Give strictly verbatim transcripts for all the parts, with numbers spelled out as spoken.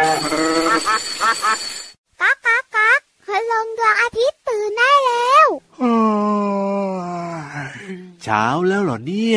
ก๊ากก๊ากก๊ากคืนลงดวงอาทิตย์ตื่นได้แล้วเช้าแล้วเหรอเนี่ย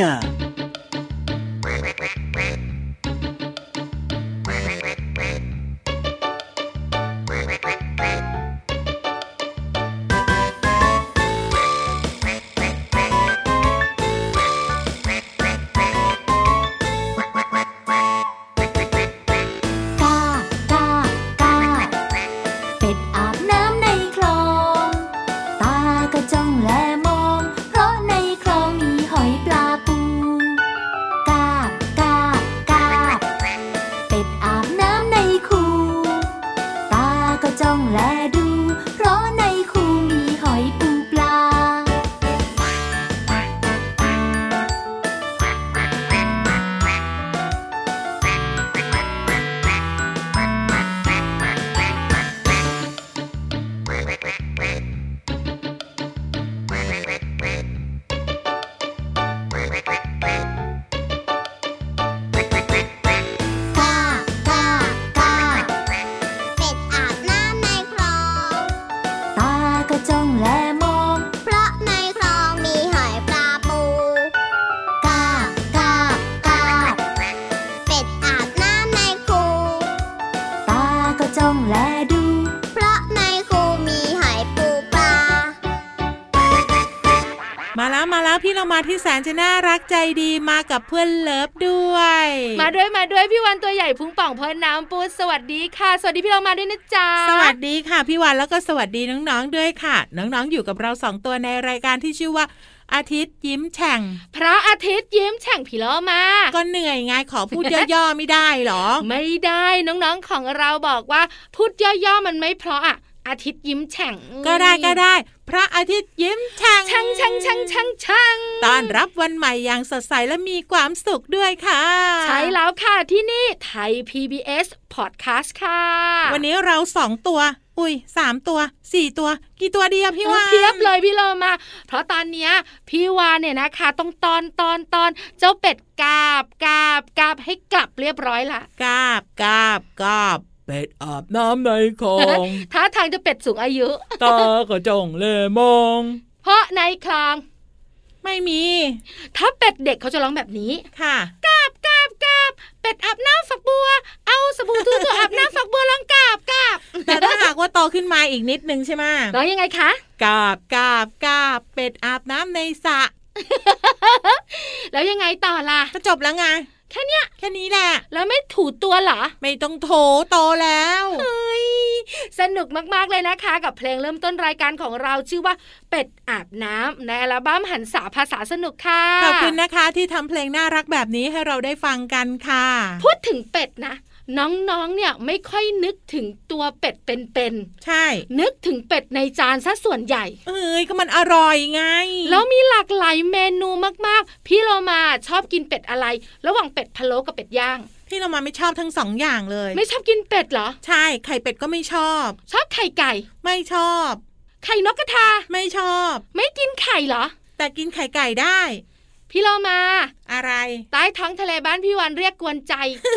มาที่แสนจะน่ารักใจดีมากับเพื่อนเลิฟด้วยมาด้วยมาด้วยพี่วันตัวใหญ่พุงป่องเพื่อนน้ำปูสวัสดีค่ะสวัสดีพี่เรามาด้วยนะจ๊ะสวัสดีค่ะพี่วันแล้วก็สวัสดีน้องๆด้วยค่ะน้องๆอยู่กับเราสองตัวในรายการที่ชื่อว่าอาทิตย์ยิ้มแฉ่งพระอาทิตย์ยิ้มแฉ่งพี่เรามาก็เหนื่อยไงขอพูดย่อๆไม่ได้หรอไม่ได้น้องๆของเราบอกว่าพูดย่อๆมันไม่เพราะอ่ะอาทิตย์ยิ้มแฉ่งก็ได้ก็ได้พระอาทิตย์ยิ้มแฉ่งช่างช่างช่างช่างช่างต้อนรับวันใหม่อย่างสดใสและมีความสุขด้วยค่ะใช่แล้วค่ะที่นี่ไทย พี บี เอส Podcast ค่ะวันนี้เราสองตัวอุ้ยสามตัวสี่ตัวกี่ตัวดีอะพี่วานเพียบเลยพี่โลมาเพราะตอนเนี้ยพี่วานเนี่ยนะคะต้องตอนตอนตอนเจ้าเป็ดกาบกาบกาบให้กลับเรียบร้อยละกาบกาบกาบเป็ดอาบน้ำในคลองท่าทางจะเป็ดสูงอายุตาก็จ้องเลมองเพราะในคลองไม่มีถ้าเป็ดเด็กเขาจะร้องแบบนี้ค่ะกาบกาบกาบเป็ดอาบน้ำฝักบัวเอาสบู่ทูตัวอาบน้ำฝักบัวร้องกาบกาบแต่ถ้าหากว่าโตขึ้นมาอีกนิดนึงใช่ไหมร้องยังไงคะกาบกาบกาบเป็ดอาบน้ำในสระแล้วยังไงต่อล่ะจะจบแล้วไงแค่เนี้ยแค่นี้แหละแล้วไม่ถูตัวเหรอไม่ต้องโถโตแล้วเฮ้ยสนุกมากๆเลยนะคะกับเพลงเริ่มต้นรายการของเราชื่อว่าเป็ดอาบน้ำในอัลบั้มหันษาภาษาสนุกค่ะขอบคุณนะคะที่ทำเพลงน่ารักแบบนี้ให้เราได้ฟังกันค่ะพูดถึงเป็ดนะน้องๆเนี่ยไม่ค่อยนึกถึงตัวเป็ดเป็นๆใช่นึกถึงเป็ดในจานซะส่วนใหญ่เอ้ยก็มันอร่อยไงแล้วมีหลากหลายเมนูมากๆพี่โลมาชอบกินเป็ดอะไรระหว่างเป็ดพะโล้กับเป็ดย่างพี่โลมาไม่ชอบทั้งสองอย่างเลยไม่ชอบกินเป็ดเหรอใช่ไข่เป็ดก็ไม่ชอบชอบไข่ไก่ไม่ชอบไข่นกกระทาไม่ชอบไม่กินไข่เหรอแต่กินไข่ไก่ได้พี่โลมาอะไรใต้ท้องทะเลบ้านพี่วันเรียกกวนใจ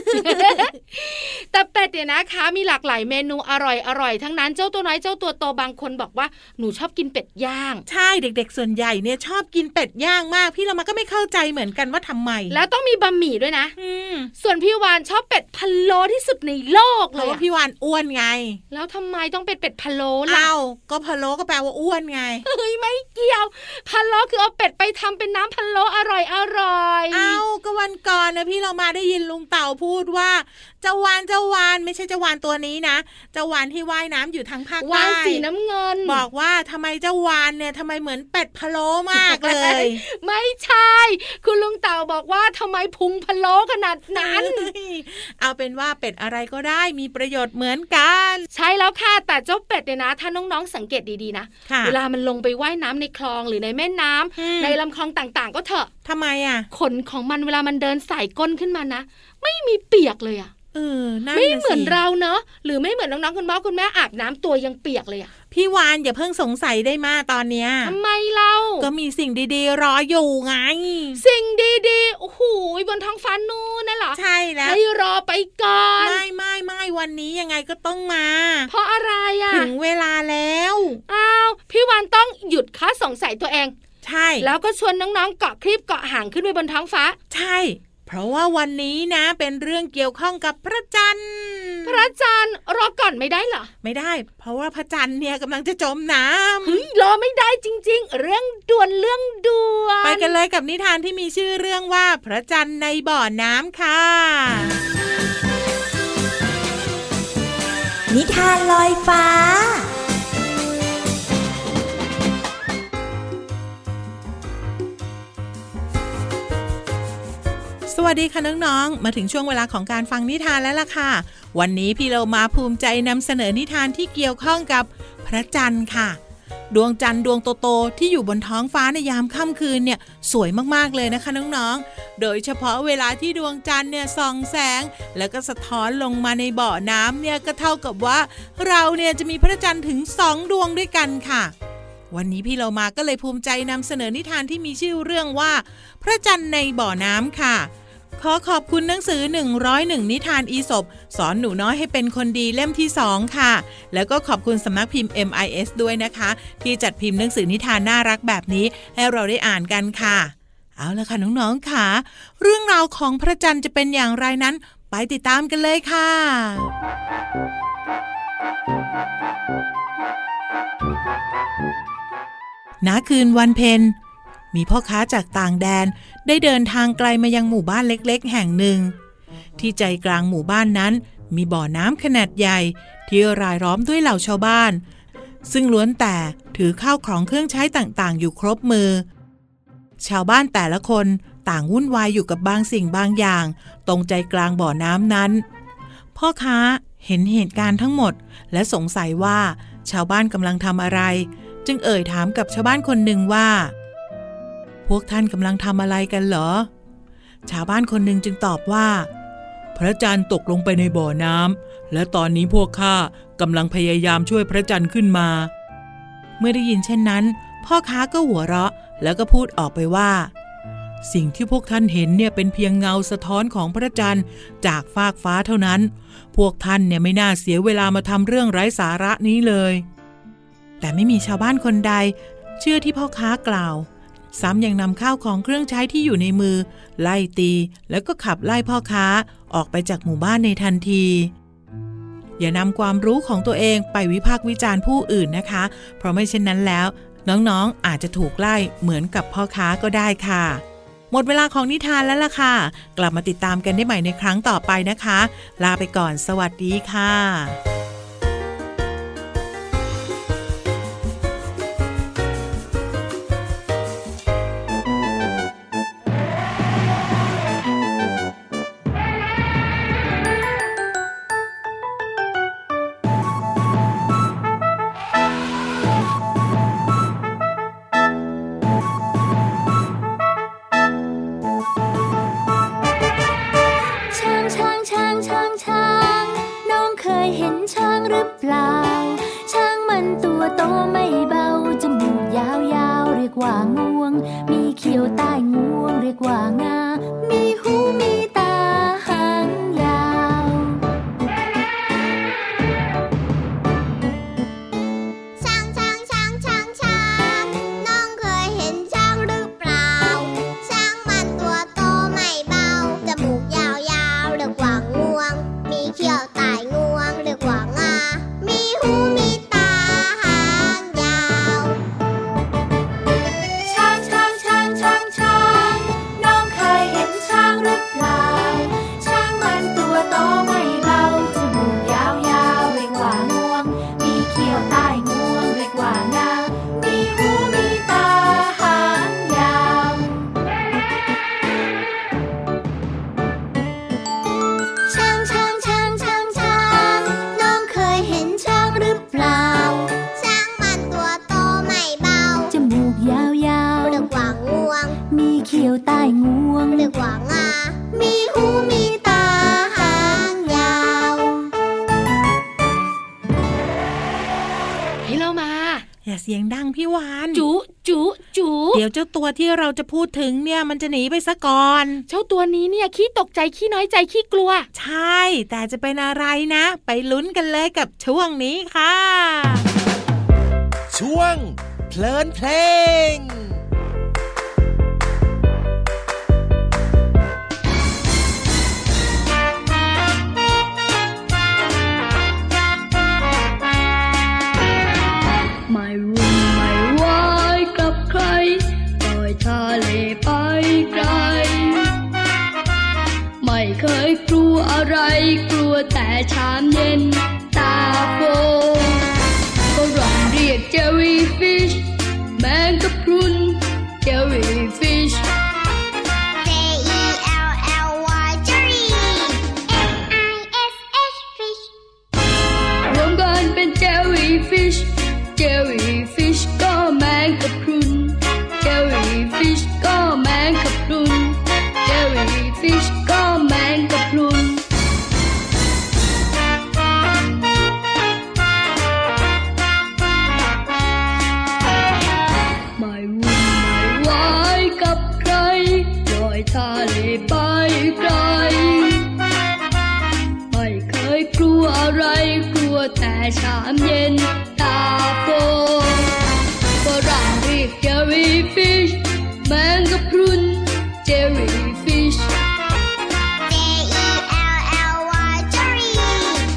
แต่เป็ดเนี่ยนะคะมีหลากหลายเมนูอร่อยอร่อยทั้งนั้นเจ้าตัวน้อยเจ้าตัวโตบางคนบอกว่าหนูชอบกินเป็ดย่างใช่เด็กๆส่วนใหญ่เนี่ยชอบกินเป็ดย่างมากพี่เรามาก็ไม่เข้าใจเหมือนกันว่าทำไมแล้วต้องมีบะหมี่ด้วยนะส่วนพี่วานชอบเป็ดพะโล้ที่สุดในโลกเลยเพราะว่าพี่วานอ้วนไงแล้วทำไมต้องเป็นเป็ดพะโล้ล่ะอ้าวก็พะโล้ก็แปลว่าอ้วนไงเฮ้ยไม่เกี่ยวพะโล้คือเอาเป็ดไปทำเป็นน้ำพะโล้อร่อยอร่อยเอ้าก็วันก่อนนะพี่เรามาได้ยินลุงเต่าพูดว่าเจ้าวานเจ้าวานไม่ใช่เจ้าวานตัวนี้นะเจ้าวานที่ว่ายน้ำอยู่ทางภาคใต้วานสีน้ำเงินบอกว่าทำไมเจ้าวานเนี่ยทำไมเหมือนเป็ดพะโล้มากเลยไม่ใช่คุณลุงเต่าบอกว่าทำไมพุงพะโล้ขนาดนั้นเอาเป็นว่าเป็ดอะไรก็ได้มีประโยชน์เหมือนกันใช่แล้วค่ะแต่เจ้าเป็ดเนี่ยนะถ้าน้องๆสังเกตดีๆนะเวลามันลงไปว่ายน้ำในคลองหรือในแม่น้ำในลำคลองต่างๆก็เถอะทำไมอ่ะขนของมันเวลามันเดินสายก้นขึ้นมานะไม่มีเปียกเลยอ่ะเออไม่เหมือนเราเนอะหรือไม่เหมือนน้องๆคุณพ่อคุณแม่อาบน้ำตัวยังเปียกเลยอ่ะพี่วานอย่าเพิ่งสงสัยได้มาตอนเนี้ยทำไมเล่าก็มีสิ่งดีๆรออยู่ไงสิ่งดีๆโอ้โหบนท้องฟ้านู่นน่ะเหรอใช่แล้วให้รอไปก่อนไม่ไม่ไม่วันนี้ยังไงก็ต้องมาเพราะอะไรอ่ะถึงเวลาแล้วอ้าวพี่วานต้องหยุดข้อสงสัยตัวเองใช่แล้วก็ชวนน้องๆเกาะคลิปเกาะหางขึ้นไปบนท้องฟ้าใช่เพราะว่าวันนี้นะเป็นเรื่องเกี่ยวข้องกับพระจันทร์พระจันทร์รอก่อนไม่ได้เหรอไม่ได้เพราะว่าพระจันทร์เนี่ยกำลังจะจมน้ำเฮ้ยรอไม่ได้จริงๆเรื่องด่วนเรื่องด่วนไปกันเลยกับนิทานที่มีชื่อเรื่องว่าพระจันทร์ในบ่อน้ำค่ะนิทานลอยฟ้าสวัสดีค่ะน้องๆมาถึงช่วงเวลาของการฟังนิทานแล้วล่ะค่ะวันนี้พี่เรามาภูมิใจนำเสนอนิทานที่เกี่ยวข้องกับพระจันทร์ค่ะดวงจันทร์ดวงโตๆที่อยู่บนท้องฟ้าในยามค่ำคืนเนี่ยสวยมากๆเลยนะคะน้องๆโดยเฉพาะเวลาที่ดวงจันทร์เนี่ยส่องแสงแล้วก็สะท้อนลงมาในบ่อน้ำเนี่ยก็เท่ากับว่าเราเนี่ยจะมีพระจันทร์ถึงสองดวงด้วยกันค่ะวันนี้พี่เรามาก็เลยภูมิใจนำเสนอนิทานที่มีชื่อเรื่องว่าพระจันทร์ในบ่อน้ำค่ะขอขอบคุณหนังสือหนึ่งร้อยเอ็ดนิทานอีสปสอนหนูน้อยให้เป็นคนดีเล่มที่สองค่ะแล้วก็ขอบคุณสำนักพิมพ์ เอ็ม ไอ เอส ด้วยนะคะที่จัดพิมพ์หนังสือนิทานน่ารักแบบนี้ให้เราได้อ่านกันค่ะเอาล่ะค่ะน้องๆค่ะเรื่องราวของพระจันทร์จะเป็นอย่างไรนั้นไปติดตามกันเลยค่ะณ คืนวันเพ็ญมีพ่อค้าจากต่างแดนได้เดินทางไกลมายังหมู่บ้านเล็กๆแห่งหนึ่งที่ใจกลางหมู่บ้านนั้นมีบ่อน้ำขนาดใหญ่ที่รายล้อมด้วยเหล่าชาวบ้านซึ่งล้วนแต่ถือข้าวของเครื่องใช้ต่างๆอยู่ครบมือชาวบ้านแต่ละคนต่างวุ่นวายอยู่กับบางสิ่งบางอย่างตรงใจกลางบ่อน้ำนั้นพ่อค้าเห็นเหตุการณ์ทั้งหมดและสงสัยว่าชาวบ้านกำลังทำอะไรจึงเอ่ยถามกับชาวบ้านคนหนึ่งว่าพวกท่านกำลังทำอะไรกันเหรอชาวบ้านคนหนึ่งจึงตอบว่าพระจันทร์ตกลงไปในบ่อน้ำและตอนนี้พวกข้ากำลังพยายามช่วยพระจันทร์ขึ้นมาเมื่อได้ยินเช่นนั้นพ่อค้าก็หัวเราะแล้วก็พูดออกไปว่าสิ่งที่พวกท่านเห็นเนี่ยเป็นเพียงเงาสะท้อนของพระจันทร์จากฟากฟ้าเท่านั้นพวกท่านเนี่ยไม่น่าเสียเวลามาทำเรื่องไร้สาระนี้เลยแต่ไม่มีชาวบ้านคนใดเชื่อที่พ่อค้ากล่าวซ้ำยังนำข้าวของเครื่องใช้ที่อยู่ในมือไล่ตีแล้วก็ขับไล่พ่อค้าออกไปจากหมู่บ้านในทันทีอย่านำความรู้ของตัวเองไปวิพากษ์วิจารณ์ผู้อื่นนะคะเพราะไม่เช่นนั้นแล้วน้องๆอาจจะถูกไล่เหมือนกับพ่อค้าก็ได้ค่ะหมดเวลาของนิทานแล้วล่ะค่ะกลับมาติดตามกันได้ใหม่ในครั้งต่อไปนะคะลาไปก่อนสวัสดีค่ะมีเขี้ยวใต้งวงเรียกว่างามีหูอย่าเสียงดังพี่วานจุจุจุเดี๋ยวเจ้าตัวที่เราจะพูดถึงเนี่ยมันจะหนีไปซะก่อนเจ้าตัวนี้เนี่ยขี้ตกใจขี้น้อยใจขี้กลัวใช่แต่จะเป็นอะไรนะไปลุ้นกันเลยกับช่วงนี้ค่ะช่วงเพลินเพลงไม่วุ่นไม่วายกับใครปล่อยทะเลไปไกลไม่เคยกลัวอะไรกลัวแต่ชามเย็นตาโฟก็ร้องเรียกเจลลี่ฟิชแมงกะพรุนเจลลี่ฟิช J E L L Y Jelly F I S H Fish รวมกันเป็นเจลลี่ฟิชเจลลี่ฟิชก็แมงกะพรุนเจลลี่ฟิชก็แมงกะพรุนเจลลี่ฟิชก็แมงกะพรุนไม่วุ่นไม่วายกับใครลอยทะเลไปไกลไม่เคยกลัวอะไรกลัวแต่ชามเย็นตาโฟฝรั่งเรียกเจลลี่ฟิชแมงกะพรุนเจลลี่ฟิช J E L L Y Jelly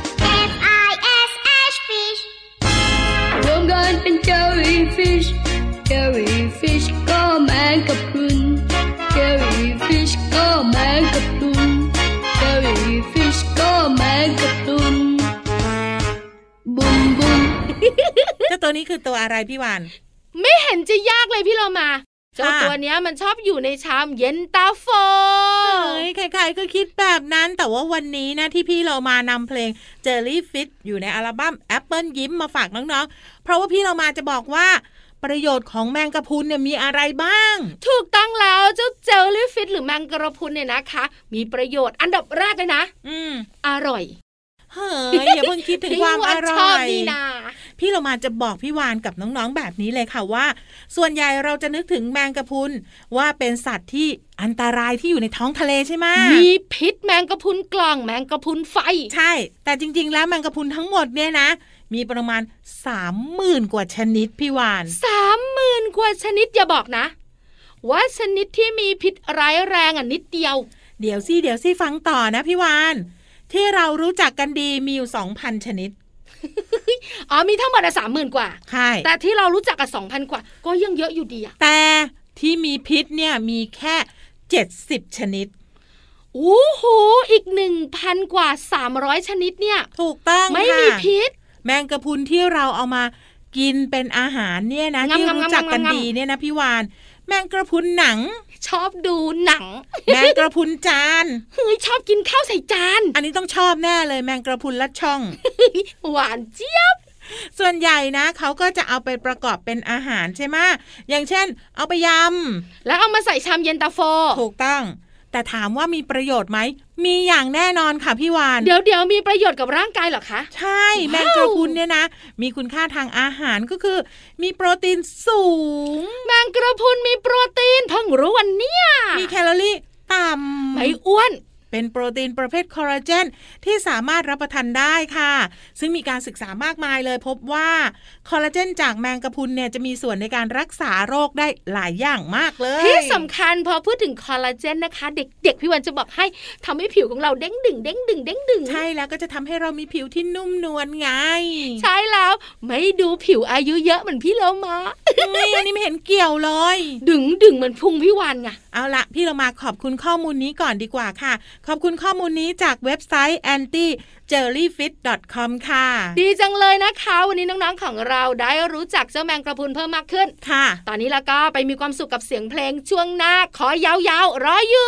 F I S H Fish รวมกันเป็นเจลลี่ฟิชเจลลี่ฟิชก็แมงกะพรุนเจลลี่ฟิชก็แมงกะพรุนเจลลี่ฟิชก็แมงกะพรุนบุมบุมเจ้าตัวนี้คือตัวอะไรพี่วานไม่เห็นจะยากเลยพี่เรามาเจ้าตัวเนี้ยมันชอบอยู่ในชามเย็นตาโฟเฮ้ยใครๆก็คิดแบบนั้นแต่ว่าวันนี้นะที่พี่เรามานำเพลง Jellyfish อยู่ในอัลบั้ม Apple ยิ้มมาฝากน้องๆเพราะว่าพี่เรามาจะบอกว่าประโยชน์ของแมงกะพรุนเนี่ยมีอะไรบ้างถูกต้องแล้วเจ้า Jellyfish หรือแมงกะพรุนเนี่ยนะคะมีประโยชน์อันดับแรกเลยนะอืมอร่อยเฮ้ยอย่าเพิ่งคิดถึงความอร่อยพี่เรามาจะบอกพี่วานกับน้องๆแบบนี้เลยค่ะว่าส่วนใหญ่เราจะนึกถึงแมงกะพรุนว่าเป็นสัตว์ที่อันตรายที่อยู่ในท้องทะเลใช่ไหมมีพิษแมงกะพรุนกล่องแมงกะพรุนไฟใช่แต่จริงๆแล้วแมงกะพรุนทั้งหมดเนี่ยนะมีประมาณ สามหมื่น กว่าชนิดพี่วานสามหมื่น กว่าชนิดอย่าบอกนะว่าชนิดที่มีพิษร้ายแรงอ่ะนิดเดียวเดี๋ยวสิเดี๋ยวสิฟังต่อนะพี่วานที่เรารู้จักกันดีมีอยู่ สองพัน ชนิดอ๋อมีทั้งหมดอ่ะ สามหมื่น กว่าใช่แต่ที่เรารู้จักอ่ะ สองพัน กว่าก็ยังเยอะอยู่ดีอ่ะแต่ที่มีพิษเนี่ยมีแค่เจ็ดสิบชนิดโอ้โหอีก หนึ่งพัน กว่าสามร้อยชนิดเนี่ยถูกต้องไม่มีพิษแมงกะพรุนที่เราเอามากินเป็นอาหารเนี่ยนะที่รู้จักกันดีเนี่ยนะพี่วานแมงกะพรุนหนังชอบดูหนังแมงกะพรุนจานเฮ้ยชอบกินข้าวใส่จานอันนี้ต้องชอบแน่เลยแมงกะพรุนลัดช่องหวานเจี๊ยบส่วนใหญ่นะเขาก็จะเอาไปประกอบเป็นอาหารใช่ไหมอย่างเช่นเอาไปยำแล้วเอามาใส่ชามเย็นตาโฟถูกต้องแต่ถามว่ามีประโยชน์ไหมมีอย่างแน่นอนค่ะพี่วานเดี๋ยวเดี๋ยวมีประโยชน์กับร่างกายเหรอคะใช่แมงกะพรุนเนี่ยนะมีคุณค่าทางอาหารก็คือมีโปรตีนสูงแมงกะพรุนมีโปรตีนเพิ่งรู้วันเนี้ยมีแคลอรี่ต่ำไม่อ้วนเป็นโปรตีนประเภทคอลลาเจนที่สามารถรับประทานได้ค่ะซึ่งมีการศึกษามากมายเลยพบว่าคอลลาเจนจากแมงกะพรุนเนี่ยจะมีส่วนในการรักษาโรคได้หลายอย่างมากเลยที่สำคัญพอพูดถึงคอลลาเจนนะคะเด็กๆพี่วันจะบอกให้ทำให้ผิวของเราเด้งดึงเด้งดึงเด้งดึงใช่แล้วก็จะทำให้เรามีผิวที่นุ่มนวลไงใช่แล้วไม่ดูผิวอายุเยอะเหมือนพี่เรามานี่อันนี้ไม่เห็นเกี่ยวเลยดึงดึงเหมือนพุงพี่วันไงเอาละพี่เรามาขอบคุณข้อมูลนี้ก่อนดีกว่าค่ะขอบคุณข้อมูลนี้จากเว็บไซต์ แอนตี้ เจลลี่ฟิช ดอท คอม ค่ะดีจังเลยนะคะวันนี้น้องๆของเราได้รู้จักเจ้าแมงกะพรุนเพิ่มมากขึ้นค่ะตอนนี้แล้วก็ไปมีความสุขกับเสียงเพลงช่วงหน้าขอยาวๆรออยู่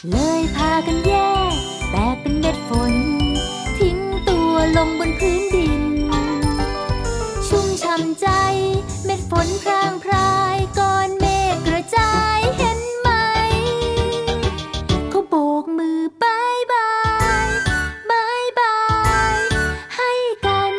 เลยพากันแยกแตกเป็นเม็ดฝนทิ้งตัวลงบนพื้นดินชุ่มช่ำใจเม็ดฝนพรางพรายก้อนเมฆกระจายเห็นไหมเขาโบกมือบายบายบายบายให้กัน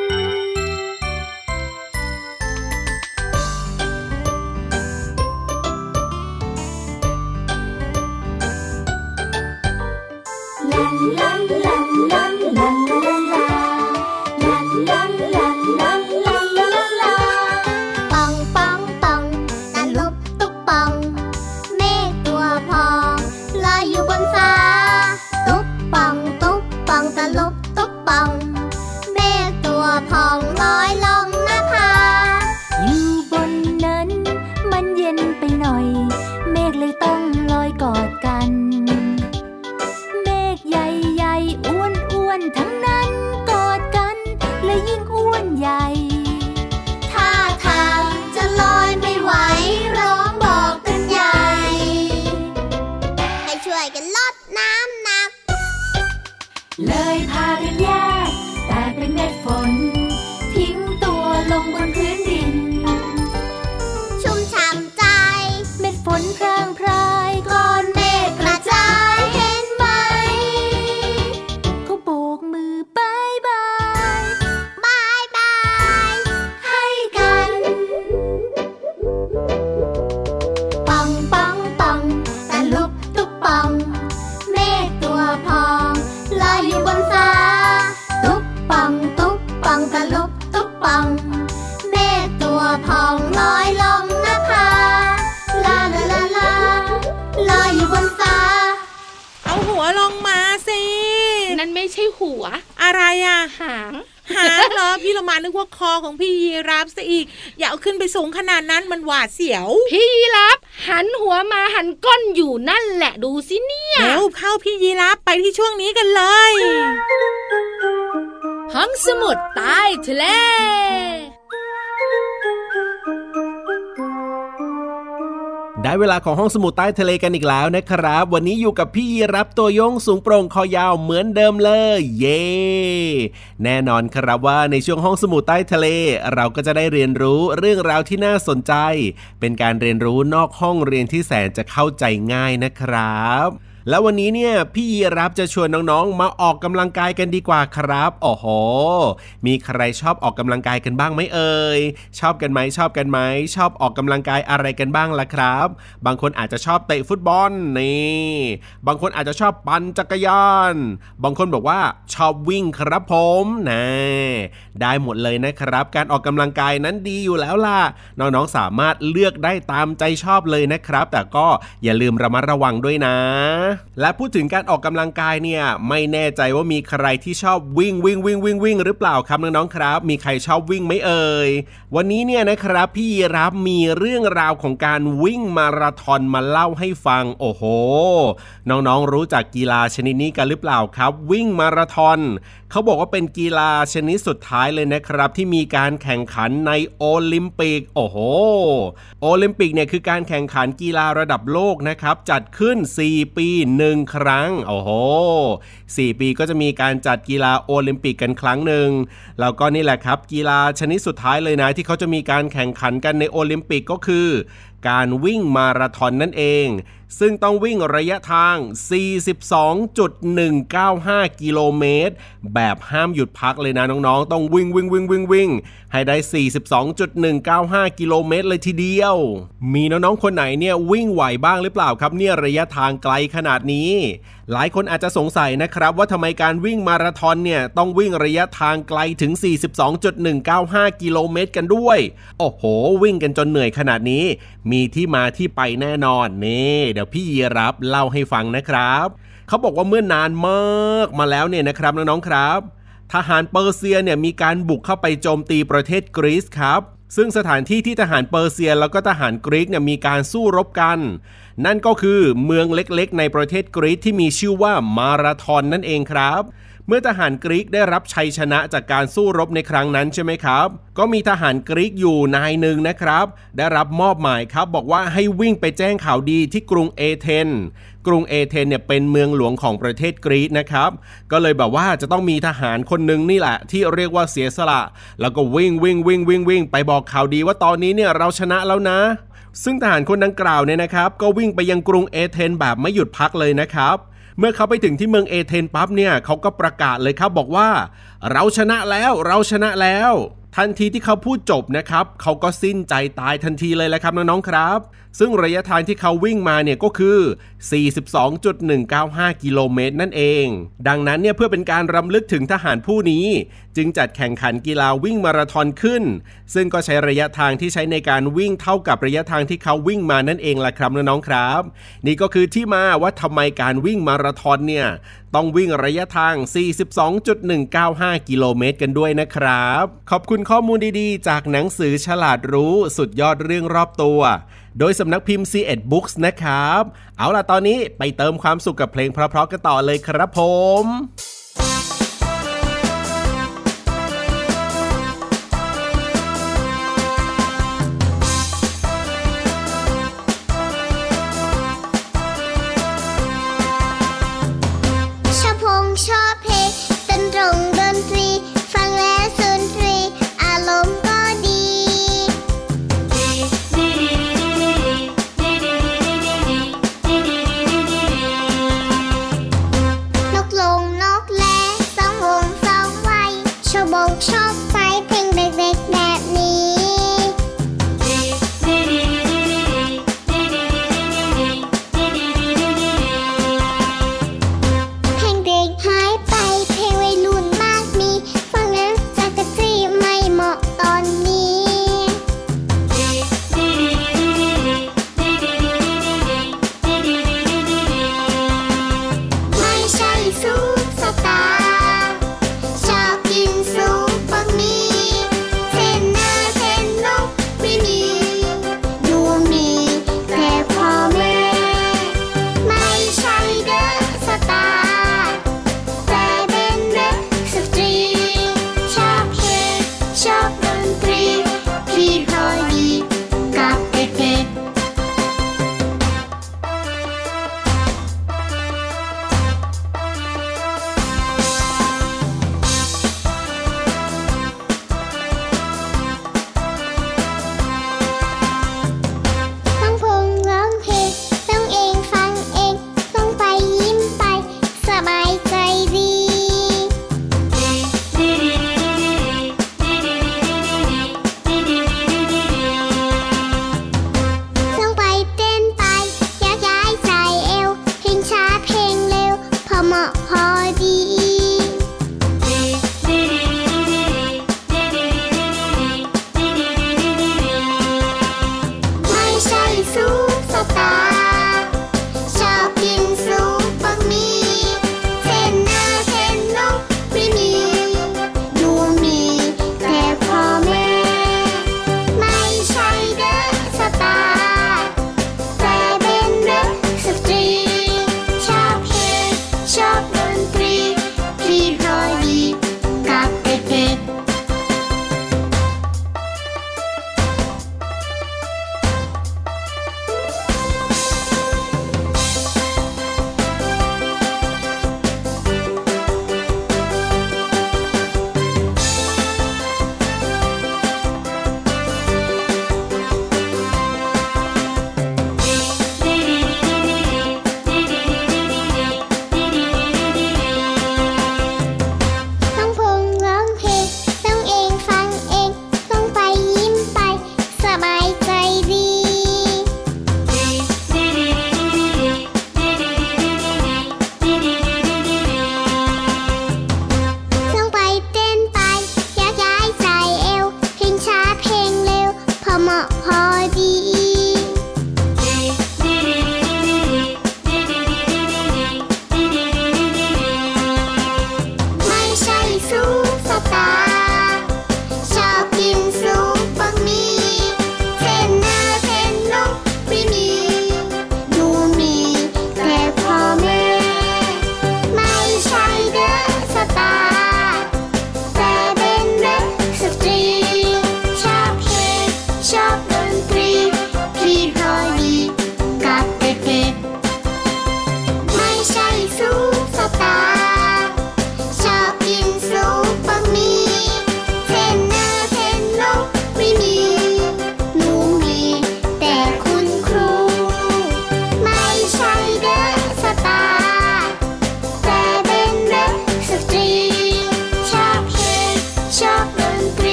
ลันลันลันลันลันลันลาลันลันลันลันลันลันลาปองปองปองตะลุบตุกปองเมฆตัวพองลอยอยู่บนฟ้าตุ๊บปองตุ๊บปองตะลุบตุกปองเมฆตัวพองลอยลงนภาอยู่บนนั้นมันเย็นไปหน่อยเมฆเลยต้องลอยกอดกันเมฆใหญ่ๆอ้วนๆทั้งนั้นกอดกันและยิ่งอ้วนใหญ่ท่าทางจะลอยไม่ไหวร้องบอกกันใหญ่ให้ช่วยกันลดน้ำหนักเลยพากันแยกแตกเป็นเม็ดฝนทิ้งตัวลงบนพื้นดินชุ่มช่ำใจเม็ดฝนพรางพรายก้อนเมฆกระจายเห็นไหมเขาโบกมือบายบายบายบายให้กันปองปองปองตะลุบตุกปองเมฆตัวพองลอยอยู่บนฟ้าตุ๊บปองตุ๊บปองตะลุบตุ๊บปองเมฆตัวพองลอยลงนภาลาลาลาลาลอยอยู่บนฟ้าเอาหัวลงมาสินั่นไม่ใช่หัวอะไรอ่ะหางหางเหรอพี่เรามานึกว่าคอของพี่ยีราฟซะอีกอย่าเอาขึ้นไปสูงขนาดนั้นมันหวาดเสียวพี่ยีราฟหันหัวมาหันก้นอยู่นั่นแหละดูสิเนี่ยเร็วเข้าพี่ยีราฟไปที่ช่วงนี้กันเลยห้องสมุดใต้ทะเลได้เวลาของห้องสมุดใต้ทะเลกันอีกแล้วนะครับวันนี้อยู่กับพี่ยีรับตัวโยงสูงโปร่งคอยาวเหมือนเดิมเลยเย้แน่นอนครับว่าในช่วงห้องสมุดใต้ทะเลเราก็จะได้เรียนรู้เรื่องราวที่น่าสนใจเป็นการเรียนรู้นอกห้องเรียนที่แสนจะเข้าใจง่ายนะครับแล้ววันนี้เนี่ยพี่ยีรับจะชวนน้องๆมาออกกำลังกายกันดีกว่าครับโอ้โหมีใครชอบออกกำลังกายกันบ้างไหมเอ่ยชอบกันไหมชอบกันไหมชอบออกกำลังกายอะไรกันบ้างล่ะครับบางคนอาจจะชอบเตะฟุตบอลนี่บางคนอาจจะชอบปั่นจักรยานบางคนบอกว่าชอบวิ่งครับผมนะได้หมดเลยนะครับการออกกำลังกายนั้นดีอยู่แล้วล่ะน้องๆสามารถเลือกได้ตามใจชอบเลยนะครับแต่ก็อย่าลืมระมัดระวังด้วยนะและพูดถึงการออกกำลังกายเนี่ยไม่แน่ใจว่ามีใครที่ชอบวิ่งวิ่งวิ่งวิ่งวิ่งหรือเปล่าครับน้องๆครับมีใครชอบวิ่งไหมเอ่ยวันนี้เนี่ยนะครับพี่ยีรับมีเรื่องราวของการวิ่งมาราธอนมาเล่าให้ฟังโอ้โหน้องๆรู้จักกีฬาชนิดนี้กันหรือเปล่าครับวิ่งมาราธอนเขาบอกว่าเป็นกีฬาชนิดสุดท้ายเลยนะครับที่มีการแข่งขันในโอลิมปิกโอ้โหโอลิมปิกเนี่ยคือการแข่งขันกีฬาระดับโลกนะครับจัดขึ้นสี่ปีหนึ่งครั้งโอ้โหสี่ปีก็จะมีการจัดกีฬาโอลิมปิกกันครั้งหนึ่งแล้วก็นี่แหละครับกีฬาชนิดสุดท้ายเลยนะที่เขาจะมีการแข่งขันกันในโอลิมปิกก็คือการวิ่งมาราธอนนั่นเองซึ่งต้องวิ่งระยะทาง สี่สิบสองจุดหนึ่งเก้าห้า กิโลเมตรแบบห้ามหยุดพักเลยนะน้องๆต้องวิ่งวิ่งวิ่งวิ่งวิ่งให้ได้ สี่สิบสองจุดหนึ่งเก้าห้า กิโลเมตรเลยทีเดียวมีน้องๆคนไหนเนี่ยวิ่งไหวบ้างหรือเปล่าครับเนี่ยระยะทางไกลขนาดนี้หลายคนอาจจะสงสัยนะครับว่าทำไมการวิ่งมาราธอนเนี่ยต้องวิ่งระยะทางไกลถึง สี่สิบสองจุดหนึ่งเก้าห้า กิโลเมตรกันด้วยโอ้โหวิ่งกันจนเหนื่อยขนาดนี้มีที่มาที่ไปแน่นอนนี่เดี๋ยวพี่ยีรับเล่าให้ฟังนะครับเขาบอกว่าเมื่อนานมากมาแล้วเนี่ยนะครับน้องๆครับทหารเปอร์เซียเนี่ยมีการบุกเข้าไปโจมตีประเทศกรีซครับซึ่งสถานที่ที่ทหารเปอร์เซียแล้วก็ทหารกรีกเนี่ยมีการสู้รบกันนั่นก็คือเมืองเล็กๆในประเทศกรีซที่มีชื่อว่ามาราธอนนั่นเองครับเมื่อทหารกรีกได้รับชัยชนะจากการสู้รบในครั้งนั้นใช่ไหมครับก็มีทหารกรีกอยู่นายหนึ่งนะครับได้รับมอบหมายครับบอกว่าให้วิ่งไปแจ้งข่าวดีที่กรุงเอเธนกรุงเอเธนเนี่ยเป็นเมืองหลวงของประเทศกรีซนะครับก็เลยแบบว่าจะต้องมีทหารคนหนึ่งนี่แหละที่เรียกว่าเสียสละแล้วก็วิ่งวิ่งวิ่งวิ่งวิ่งไปบอกข่าวดีว่าตอนนี้เนี่ยเราชนะแล้วนะซึ่งทหารคนดังกล่าวเนี่ยนะครับก็วิ่งไปยังกรุงเอเธนแบบไม่หยุดพักเลยนะครับเมื่อเขาไปถึงที่เมืองเอเธนปั๊บเนี่ยเขาก็ประกาศเลยครับบอกว่าเราชนะแล้วเราชนะแล้วทันทีที่เขาพูดจบนะครับเขาก็สิ้นใจตายทันทีเลยแหละครับน้องๆครับซึ่งระยะทางที่เขาวิ่งมาเนี่ยก็คือ สี่สิบสองจุดหนึ่งเก้าห้า กิโลเมตรนั่นเองดังนั้นเนี่ยเพื่อเป็นการรำลึกถึงทหารผู้นี้จึงจัดแข่งขันกีฬาวิ่งมาราธอนขึ้นซึ่งก็ใช้ระยะทางที่ใช้ในการวิ่งเท่ากับระยะทางที่เขาวิ่งมานั่นเองล่ะครับน้องๆครับนี่ก็คือที่มาว่าทำไมการวิ่งมาราธอนเนี่ยต้องวิ่งระยะทาง สี่สิบสองจุดหนึ่งเก้าห้า กิโลเมตรกันด้วยนะครับขอบคุณข้อมูลดีๆจากหนังสือฉลาดรู้สุดยอดเรื่องรอบตัวโดยสำนักพิมพ์ ซี เอ็ด Books นะครับเอาล่ะตอนนี้ไปเติมความสุขกับเพลงเพราะๆกันต่อเลยครับผมชอบพงชอบเพลงดนตรงดนตรีฟังแล้วสุนทรีอารมณ์ก็ดีนกลงนกแลสองวงสองไว้ชอบบงชอบไฟเพลงเด็กๆแบบนี้เพลงเด็กหายไปเพลงวัยรุ่นมากมีฟังแล้วจักรจี้ไม่เหมาะตอนนี้ไม่ใช่ซุปสตาร์ชอบกินซุปบะหมี่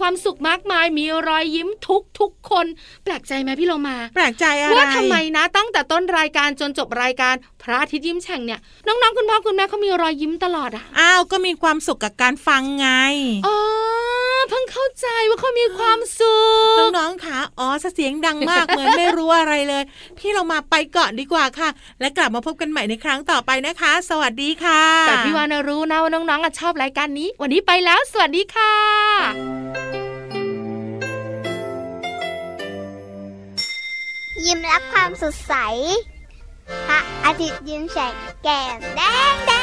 ความสุขมากมายมีรอยยิ้มทุกทุกคนแปลกใจไหมพี่โลมาแปลกใจอะไรว่าทำไมนะตั้งแต่ต้นรายการจนจบรายการพระอาทิตย์ยิ้มแฉ่งเนี่ยน้องๆคุณพ่อคุณแม่เขามีรอยยิ้มตลอดอ่ะอ้าวก็มีความสุขกับการฟังไงอ๋อเพิ่งเข้าใจว่าเขามีความสุขน้องๆค่ะอ๋อเสียงดังมากเหมือนไม่รู้อะไรเลยพี่เรามาไปก่อนดีกว่าค่ะและกลับมาพบกันใหม่ในครั้งต่อไปนะคะสวัสดีค่ะแต่พี่วานะรู้นะว่าน้องๆชอบรายการนี้วันนี้ไปแล้วสวัสดีค่ะยิ้มรับความสดใสพระอาทิตย์ยิ้มแฉกแก้มแดง